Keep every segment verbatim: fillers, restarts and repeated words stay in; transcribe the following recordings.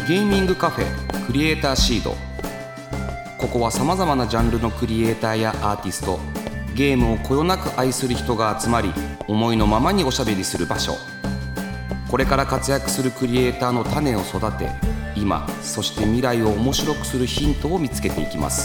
ゲーミングカフェクリエイターシード。ここはさまざまなジャンルのクリエイターやアーティスト、ゲームをこよなく愛する人が集まり、思いのままにおしゃべりする場所。これから活躍するクリエイターの種を育て、今そして未来を面白くするヒントを見つけていきます。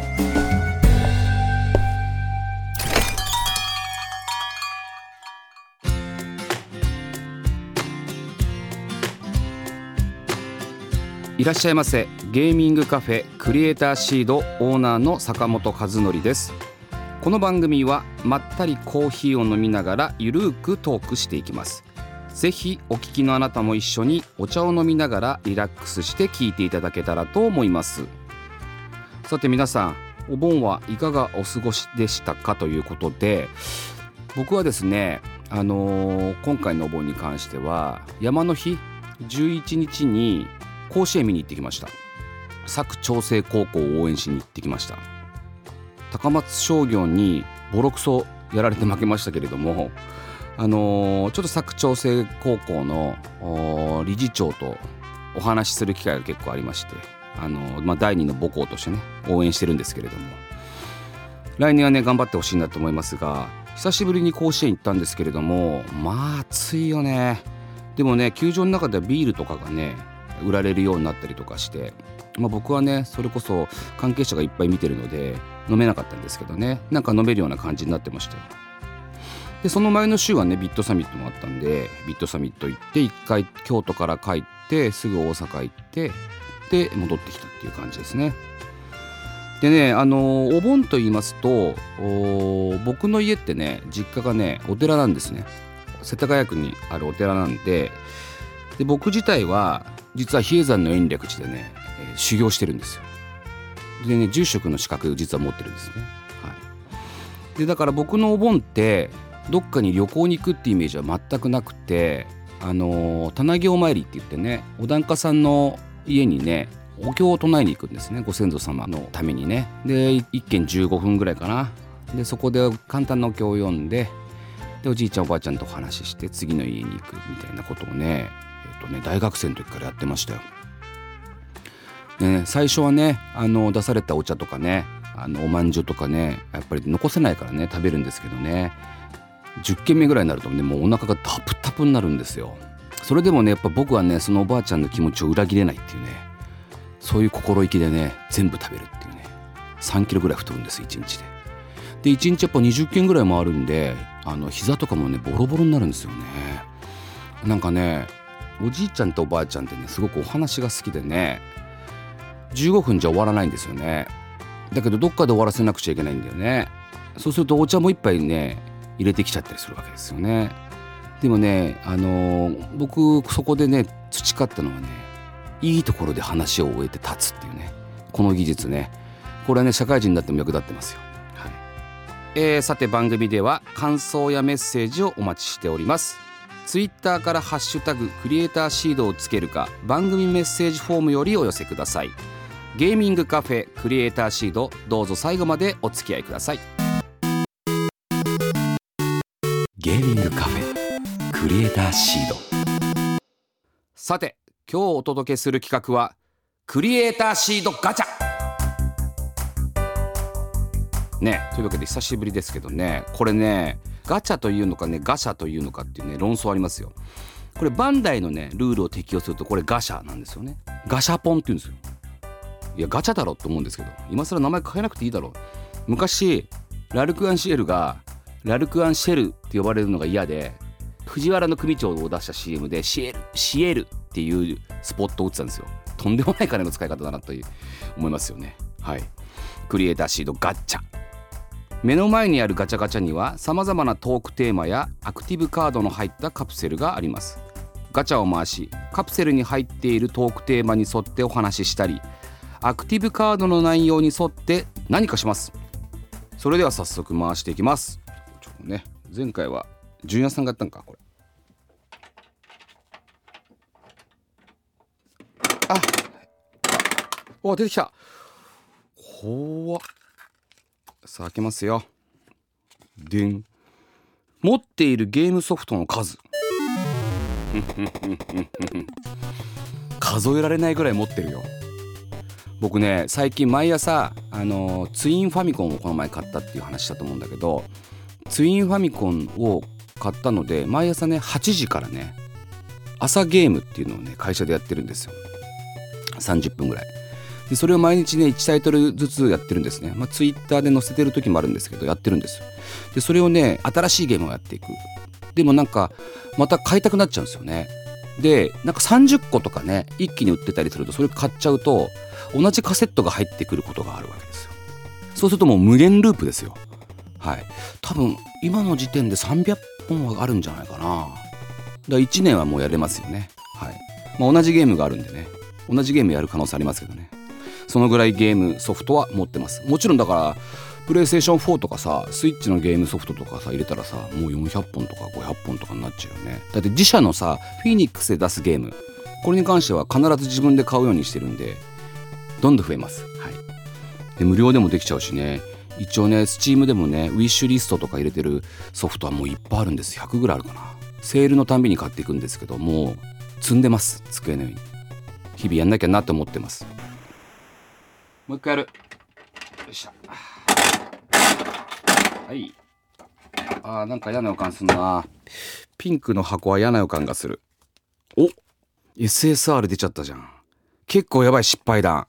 いらっしゃいませ。ゲーミングカフェクリエイターシードオーナーの坂本和則です。この番組はまったりコーヒーを飲みながらゆるーくトークしていきます。ぜひお聞きのあなたも一緒にお茶を飲みながらリラックスして聞いていただけたらと思います。さて皆さん、お盆はいかがお過ごしでしたかということで、僕はですね、あのー、今回のお盆に関しては山の日じゅういちにちに甲子園見に行ってきました。佐久長聖高校を応援しに行ってきました。高松商業にボロクソやられて負けましたけれども、あのー、ちょっと佐久長聖高校の理事長とお話しする機会が結構ありまして、あのーまあ、第二の母校としてね応援してるんですけれども、来年はね頑張ってほしいなと思いますが、久しぶりに甲子園行ったんですけれども、まあ暑いよね。でもね、球場の中ではビールとかがね売られるようになったりとかして、まあ、僕はねそれこそ関係者がいっぱい見てるので飲めなかったんですけどね、なんか飲めるような感じになってましたよ。でその前の週はねビットサミットもあったんで、ビットサミット行って一回京都から帰ってすぐ大阪行ってで戻ってきたっていう感じですね。でね、あのお盆と言いますと、僕の家ってね実家がねお寺なんですね。世田谷区にあるお寺なんで、で僕自体は実は比叡山の延暦寺でね、えー、修行してるんですよ。でね、住職の資格実は持ってるんですね。はい、でだから僕のお盆ってどっかに旅行に行くってイメージは全くなくて、あのー、棚行参りって言ってね、お檀家さんの家にねお経を唱えに行くんですね、ご先祖様のためにね。でいっけんじゅうごふんぐらいかな。でそこで簡単なお経を読んで、でおじいちゃんおばあちゃんとお話しして次の家に行くみたいなことをね、えっとね大学生の時からやってましたよ。でね、最初はねあの出されたお茶とかね、あのおまんじゅうとかね、やっぱり残せないからね食べるんですけどね、じゅっけんめぐらいになるとねもうお腹がタプタプになるんですよ。それでもねやっぱ僕はねそのおばあちゃんの気持ちを裏切れないっていうね、そういう心意気でね全部食べるっていうね、さんキロぐらい太るんですいちにちで。でいちにちやっぱにじゅっけんぐらい回るんで、あの膝とかもねボロボロになるんですよね。なんかねおじいちゃんとおばあちゃんってねすごくお話が好きでね、じゅうごふんじゃ終わらないんですよね。だけどどっかで終わらせなくちゃいけないんだよね。そうするとお茶も一杯ね入れてきちゃったりするわけですよね。でもね、あのー、僕そこでね培ったのはね、いいところで話を終えて立つっていうね、この技術ね、これはね社会人になっても役立ってますよ。はい、えー、さて番組では感想やメッセージをお待ちしております。ツイッターからハッシュタグクリエイターシードをつけるか、番組メッセージフォームよりお寄せください。ゲーミングカフェクリエイターシード、どうぞ最後までお付き合いください。ゲーミングカフェクリエイターシード。さて今日お届けする企画はクリエイターシードガチャね。というわけで久しぶりですけどね、これねガチャというのかねガシャというのかっていうね論争ありますよ。これバンダイのねルールを適用するとこれガシャなんですよね。ガシャポンって言うんですよ。いやガチャだろって思うんですけど、今更名前変えなくていいだろう。昔ラルクアンシエルがラルクアンシェルって呼ばれるのが嫌で、藤原の組長を出した シーエム でシエルシエルっていうスポットを打ってたんですよ。とんでもない金の使い方だなと思いますよね。はい、クリエイターシードガッチャ。目の前にあるガチャガチャには様々なトークテーマやアクティブカードの入ったカプセルがあります。ガチャを回し、カプセルに入っているトークテーマに沿ってお話ししたり、アクティブカードの内容に沿って何かします。それでは早速回していきます。ちょっとね、前回は純也さんがやったんかこれ。あ、お出てきた。怖っ。さあ開けますよ。でん。持っているゲームソフトの数数えられないぐらい持ってるよ。僕ね最近毎朝あのツインファミコンをこの前買ったっていう話だと思うんだけど、ツインファミコンを買ったので毎朝ねはちじからね朝ゲームっていうのをね会社でやってるんですよ。さんじゅっぷんぐらいで、それを毎日ねいちタイトルずつやってるんですね。まあツイッターで載せてる時もあるんですけどやってるんです。でそれをね新しいゲームをやっていく。でもなんかまた買いたくなっちゃうんですよね。でなんかさんじゅっことかね一気に売ってたりするとそれ買っちゃうと同じカセットが入ってくることがあるわけですよ。そうするともう無限ループですよ。はい、多分今の時点でさんびゃっぽんはあるんじゃないかな。だからいちねんはもうやれますよね。はい、まあ、同じゲームがあるんでね同じゲームやる可能性ありますけどね。そのぐらいゲームソフトは持ってます。もちろんだからプレイステーションフォーとかさスイッチのゲームソフトとかさ入れたらさもうよんひゃっぽんとかごひゃっぽんとかになっちゃうよね。だって自社のさフィニックスで出すゲームこれに関しては必ず自分で買うようにしてるんでどんどん増えます。はい、で無料でもできちゃうしね。一応ねスチームでもねウィッシュリストとか入れてるソフトはもういっぱいあるんです。ひゃくぐらいあるかな。セールのたんびに買っていくんですけどもう積んでます。机の上に日々やんなきゃなと思ってます。もう一回やる。よいしょ。はい。あーなんか嫌な予感するな。ピンクの箱は嫌な予感がする。お エスエスアール 出ちゃったじゃん。結構やばい失敗だ。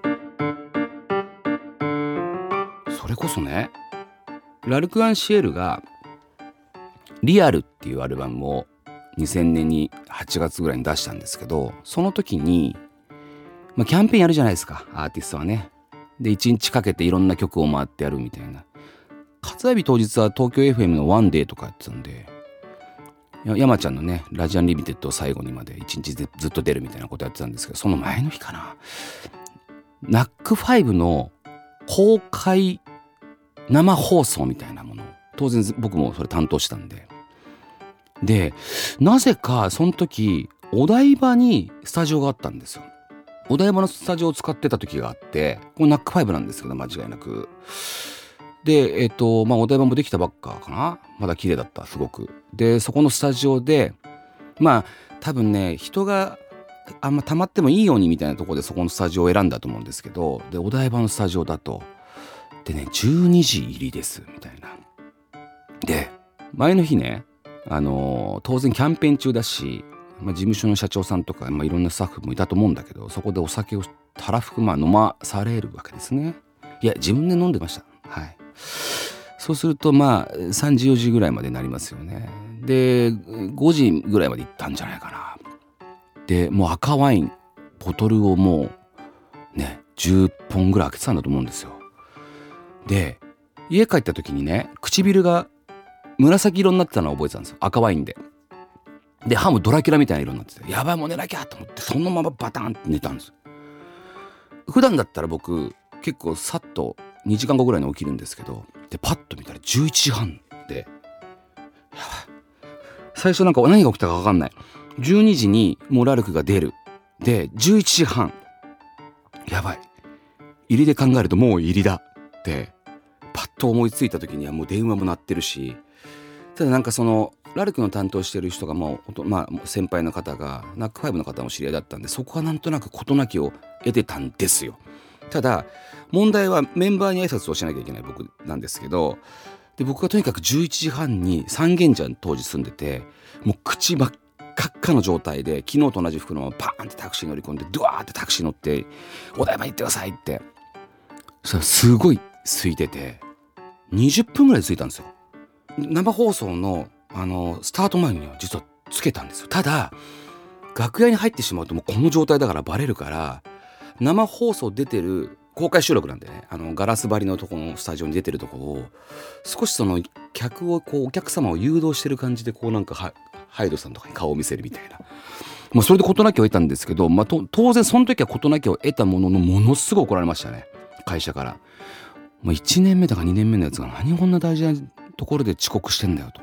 それこそねラルク・アンシエルがリアルっていうアルバムをにせんねんにはちがつぐらいに出したんですけど、その時に、まあ、キャンペーンやるじゃないですかアーティストはね。でいちにちかけていろんな曲を回ってやるみたいな。発売日当日は東京 エフエム のワンデーとかやってたんで山ちゃんのねラジアンリミテッドを最後にまでいちにちずっと出るみたいなことやってたんですけど、その前の日かなナックファイブの公開生放送みたいなものを当然僕もそれ担当したんで、でなぜかその時お台場にスタジオがあったんですよ。お台場のスタジオを使ってた時があって、これナックファイブなんですけど間違いなく。でえっとまあお台場もできたばっかかな。まだ綺麗だったすごく。でそこのスタジオでまあ多分ね人があんま溜まってもいいようにみたいなところでそこのスタジオを選んだと思うんですけど、でお台場のスタジオだとでねじゅうにじ入りですみたいな。で前の日ねあのー、当然キャンペーン中だし、まあ、事務所の社長さんとか、まあ、いろんなスタッフもいたと思うんだけど、そこでお酒をたらふくまあ飲まされるわけですね。いや自分で飲んでました。はい。そうするとまあさんじよじぐらいまでになりますよね。でごじぐらいまで行ったんじゃないかな。でもう赤ワインボトルをもうねじゅっぽんぐらい開けてたんだと思うんですよ。で家帰った時にね唇が紫色になってたのを覚えてたんですよ。赤ワインで。で歯もドラキュラみたいな色になってて、やばいもう寝なきゃと思ってそのままバタンって寝たんです。普段だったら僕結構さっとにじかんごぐらいに起きるんですけど、でパッと見たらじゅういちじはんで、やばい。最初なんか何が起きたか分かんない。じゅうにじにもうラルクが出る。でじゅういちじはん、やばい、入りで考えるともう入りだってパッと思いついた時にはもう電話も鳴ってるし、ただなんかそのラルクの担当してる人がもう、まあ、先輩の方がナックファイブの方の知り合いだったんで、そこはなんとなく事なきを得てたんですよ。ただ問題はメンバーに挨拶をしなきゃいけない僕なんですけど、で僕はとにかくじゅういちじはんに三軒茶屋に当時住んでて、もう口真っ赤っかの状態で昨日と同じ服のままパーンってタクシー乗り込んでドワーってタクシー乗ってお台場行ってくださいって。そしたらすごい空いててにじゅっぷんぐらいで着いたんですよ。生放送のあのスタート前には実はつけたんですよ。ただ楽屋に入ってしまうともうこの状態だからバレるから、生放送出てる公開収録なんでね、あのガラス張りのところのスタジオに出てるところを少しその客をこうお客様を誘導してる感じでこうなんかはハイドさんとかに顔を見せるみたいな、まあ、それで事なきを得たんですけど、まあ、と当然その時は事なきを得たもののものすごい怒られましたね会社から。もういちねんめだかにねんめのやつが何こんな大事なところで遅刻してんだよと。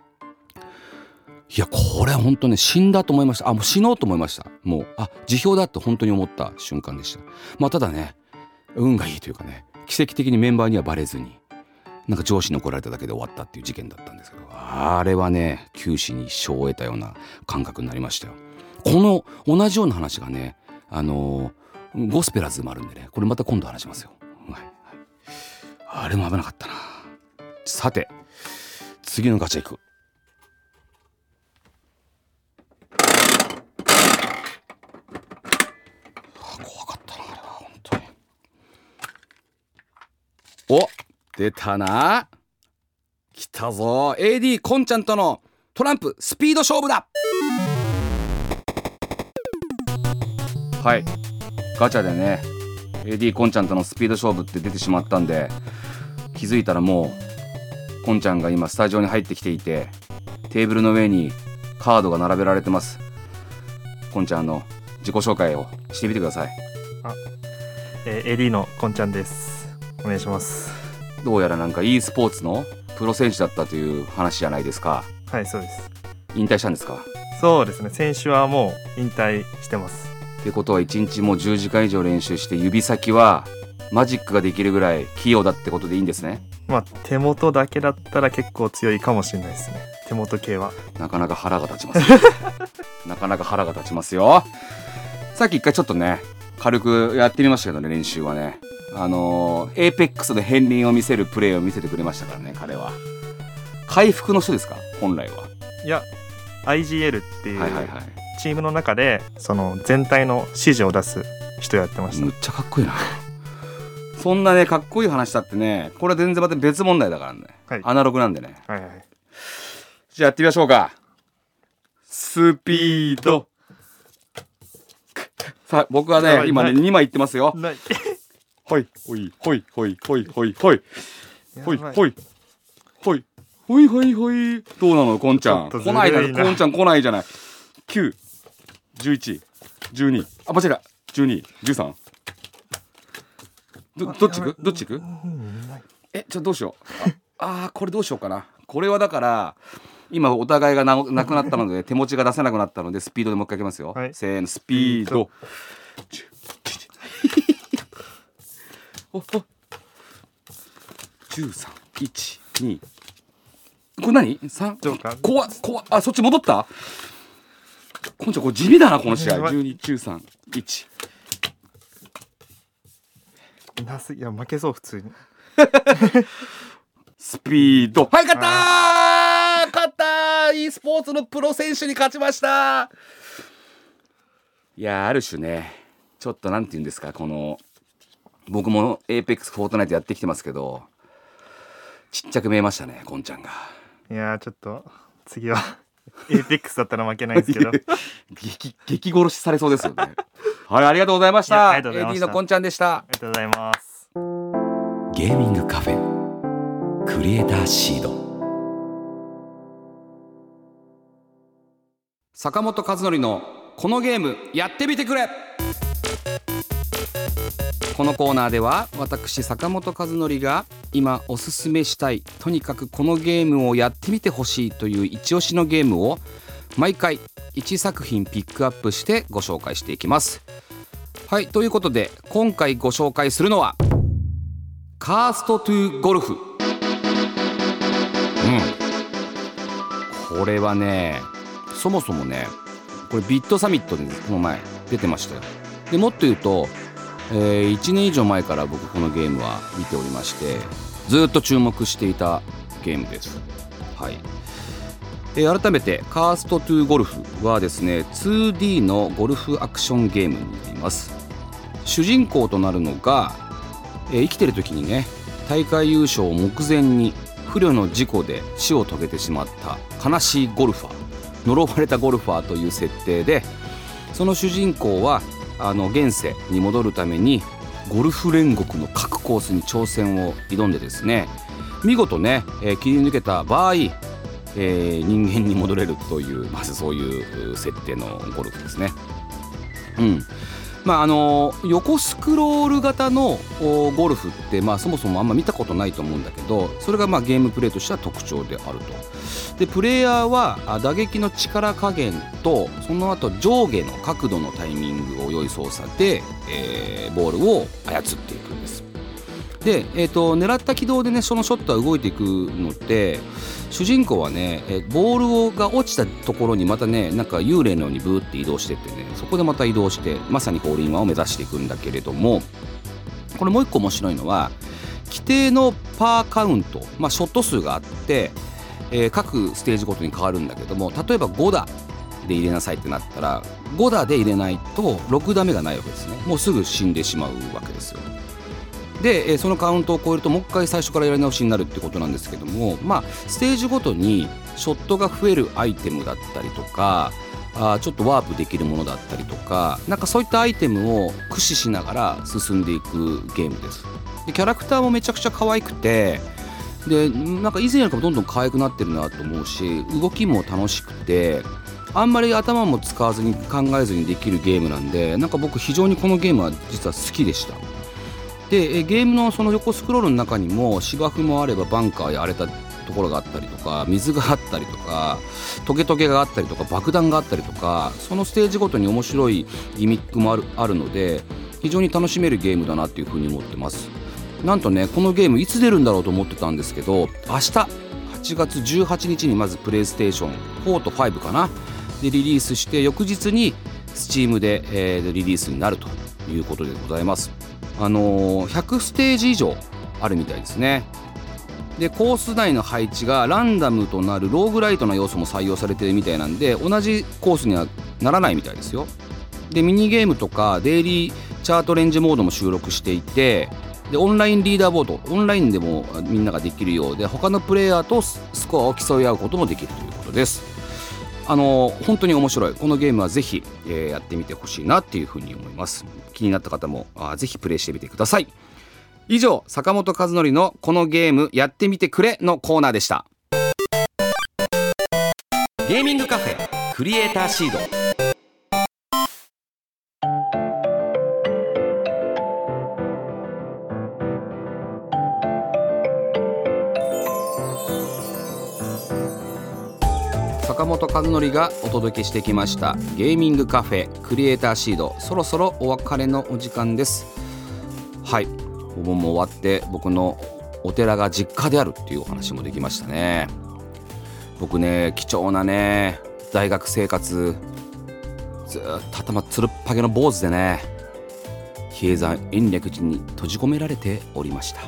いやこれ本当ね死んだと思いました。あもう死のうと思いました。もうあ辞表だって本当に思った瞬間でした。まあただね運がいいというかね、奇跡的にメンバーにはバレずになんか上司に怒られただけで終わったっていう事件だったんですけど、あれはね九死に一生を得たような感覚になりましたよ。この同じような話がねあのー、ゴスペラーズもあるんでね、これまた今度話しますよ、はいはい、あれも危なかったな。さて次のガチャいく。怖かったなあれは本当に。お、出たな、来たぞ。 エーディー こんちゃんとのトランプスピード勝負だ。はい、ガチャでね エーディー こんちゃんとのスピード勝負って出てしまったんで、気づいたらもうこんちゃんが今スタジオに入ってきていて、テーブルの上にカードが並べられてます。こんちゃんの自己紹介をしてみてください。 あ、えー、エーディー のこんちゃんです。お願いします。 どうやらなんか e スポーツのプロ選手だったという話じゃないですか。 はい、そうです。 引退したんですか？ そうですね、選手はもう引退してます。 ってことはいちにちもうじゅうじかん以上練習して指先はマジックができるぐらい器用だってことでいいんですね。 まあ手元だけだったら結構強いかもしれないですね、手元系は。 なかなか腹が立ちますなかなか腹が立ちますよ。さっき一回ちょっとね軽くやってみましたけどね、練習はね、あのー、エーペックスの片鱗を見せるプレーを見せてくれましたからね。彼は回復の人ですか本来は？ いや アイジーエル っていうはいはいはいチームの中でその全体の指示を出す人やってました。 むっちゃかっこいいなそんなねかっこいい話だってね、これは全然また別問題だからね、はい、アナログなんでね、 はいはい、 じゃあやってみましょうか。スピードさあ僕はね今ねにまいいってますよ。 ないほいほいほいほいほいほいほいほいほいほいほいほいほい。どうなのこんちゃん、来ないな。こんちゃん来ないじゃない。きゅう、じゅういち、じゅうに、あ間違えた、じゅうに、じゅうさん。どどっち行くどっち行くえちょっとどうしよう。ああこれどうしようかな。これはだから今お互いが な, なくなったので手持ちが出せなくなったのでスピードでもう一回いきますよ、はい、せーのスピードおおじゅうさん、いち、にこれ何 ?さん 怖っ怖っ。あそっち戻った。こんちゃんこれ地味だなこの試合。じゅうに、じゅうさん、いち。 いや負けそう普通にスピードはい勝ったー勝ったー e スポーツのプロ選手に勝ちました。いやある種ねちょっとなんて言うんですか、この僕も エーペックス フォートナイトやってきてますけどちっちゃく見えましたねこんちゃんが。 いやちょっと次はエーペックス だったら負けないですけど激, 激殺しされそうですよねはいありがとうございました。 エーディー のこんちゃんでした。 ありがとうございます。 ゲーミングカフェクリエイターシード。坂本和則のこのゲームやってみてくれ。このコーナーでは私坂本和則が今おすすめしたい、とにかくこのゲームをやってみてほしいという一押しのゲームを毎回いちさく品ピックアップしてご紹介していきます。はい、ということで今回ご紹介するのはカーストトゥゴルフ。うんこれはねそもそもねこれビットサミットでこの前出てましたよ。でもっと言うと、えー、いちねん以上前から僕このゲームは見ておりましてずっと注目していたゲームです。はい、えー、改めてカーストトゥゴルフはですね ツーディー のゴルフアクションゲームになります。主人公となるのが、えー、生きてる時にね大会優勝を目前に不慮の事故で死を遂げてしまった悲しいゴルファー、呪われたゴルファーという設定で、その主人公はあの現世に戻るためにゴルフ煉獄の各コースに挑戦を挑んでですね見事ね、えー、切り抜けた場合、えー、人間に戻れるというまずそういう設定のゴルフですね。うんまあ、あの横スクロール型のゴルフって、まあ、そもそもあんま見たことないと思うんだけど、それがまあゲームプレイとしては特徴であると。でプレイヤーは打撃の力加減とその後上下の角度のタイミングを良い操作で、えー、ボールを操っていくんです。 で、えー、と狙った軌道でねそのショットは動いていくので、主人公はねえボールが落ちたところにまたねなんか幽霊のようにブーって移動してってね、そこでまた移動してまさにホールインワンを目指していくんだけれども、これもう一個面白いのは規定のパーカウント、まあ、ショット数があって、えー、各ステージごとに変わるんだけども、例えばご打で入れなさいってなったらご打で入れないとろく打目がないわけですね。もうすぐ死んでしまうわけですよ。で、えー、そのカウントを超えるともう一回最初からやり直しになるってことなんですけども、まあステージごとにショットが増えるアイテムだったりとか、あちょっとワープできるものだったりとか、なんかそういったアイテムを駆使しながら進んでいくゲームです。でキャラクターもめちゃくちゃ可愛くて、でなんか以前よりかもどんどん可愛くなってるなと思うし、動きも楽しくて、あんまり頭も使わずに考えずにできるゲームなんで、なんか僕非常にこのゲームは実は好きでした。でゲームのその横スクロールの中にも芝生もあればバンカーや荒れたところがあったりとか、水があったりとかトゲトゲがあったりとか爆弾があったりとか、そのステージごとに面白いギミックもある、あるので非常に楽しめるゲームだなっていうふうに思ってます。なんとねこのゲームいつ出るんだろうと思ってたんですけど、明日はちがつじゅうはちにちにまずプレイステーションフォーとファイブかなでリリースして、翌日にスチームで、えー、リリースになるということでございます。あのー、ひゃくステージ以上あるみたいですね。でコース内の配置がランダムとなるローグライトな要素も採用されているみたいなんで、同じコースにはならないみたいですよ。でミニゲームとかデイリーチャートレンジモードも収録していて、でオンラインリーダーボード、オンラインでもみんなができるようで、他のプレイヤーとスコアを競い合うこともできるということです。あのー、本当に面白いこのゲームはぜひ、えー、やってみてほしいなっていうふうに思います。気になった方もあぜひプレイしてみてください。以上、坂本和則のこのゲームやってみてくれのコーナーでした。ゲーミングカフェクリエイターシード。坂本和則がお届けしてきましたゲーミングカフェクリエイターシード、そろそろお別れのお時間です。はい、お盆も終わって僕のお寺が実家であるっていうお話もできましたね。僕ね貴重なね大学生活、ずっと頭つるっぱげの坊主でね比叡山延暦寺に閉じ込められておりました。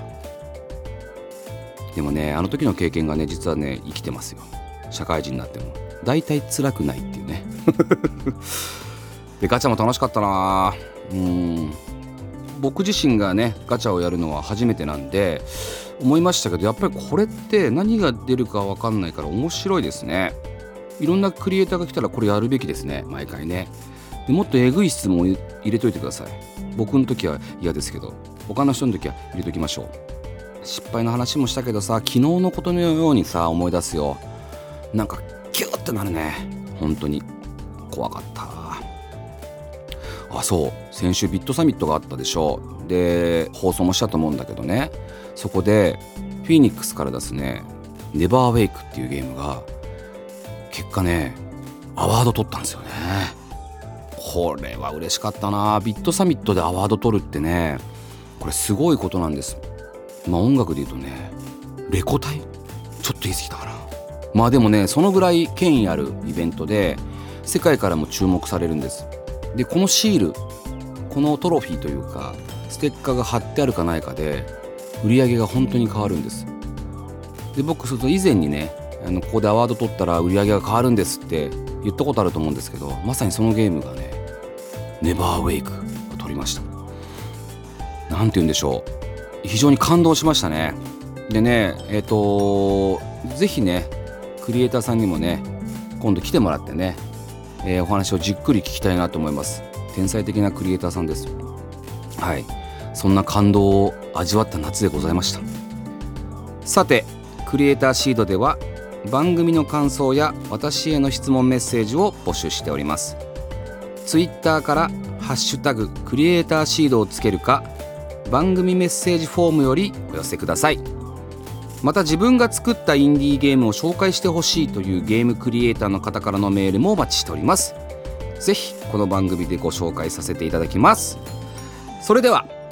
でもねあの時の経験がね実はね生きてますよ。社会人になっても大体辛くないっていうねでガチャも楽しかったな。うーん僕自身がねガチャをやるのは初めてなんで思いましたけど、やっぱりこれって何が出るか分かんないから面白いですね。いろんなクリエイターが来たらこれやるべきですね、毎回ね。でもっとえぐい質問を入れといてください。僕の時は嫌ですけど他の人の時は入れときましょう。失敗の話もしたけどさ、昨日のことのようにさ思い出すよ。なんかキューってなるね。本当に怖かった。あ、そう先週ビットサミットがあったでしょ。で放送もしたと思うんだけどね、そこでフィニックスから出すねネバーウェイクっていうゲームが結果ねアワード取ったんですよね。これは嬉しかったな。ビットサミットでアワード取るってねこれすごいことなんです。まあ音楽で言うとねレコ大ちょっと言い過ぎたかな。まあでもねそのぐらい権威あるイベントで世界からも注目されるんです。でこのシール、このトロフィーというかステッカーが貼ってあるかないかで売り上げが本当に変わるんです。で僕それと以前にねあのここでアワード取ったら売り上げが変わるんですって言ったことあると思うんですけど、まさにそのゲームがねネバーウェイクを取りました。なんて言うんでしょう、非常に感動しましたね。でねえっとぜひねクリエイターさんにもね今度来てもらってね、えー、お話をじっくり聞きたいなと思います。天才的なクリエイターさんです。はい、そんな感動を味わった夏でございました。さてクリエイターシードでは番組の感想や私への質問メッセージを募集しております。ツイッターからハッシュタグクリエイターシードをつけるか番組メッセージフォームよりお寄せください。また自分が作ったインディーゲームを紹介してほしいというゲームクリエイターの方からのメールもお待ちしております。ぜひこの番組でご紹介させていただきます。それでは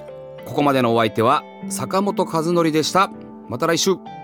ここまでのお相手は坂本和則でした。また来週。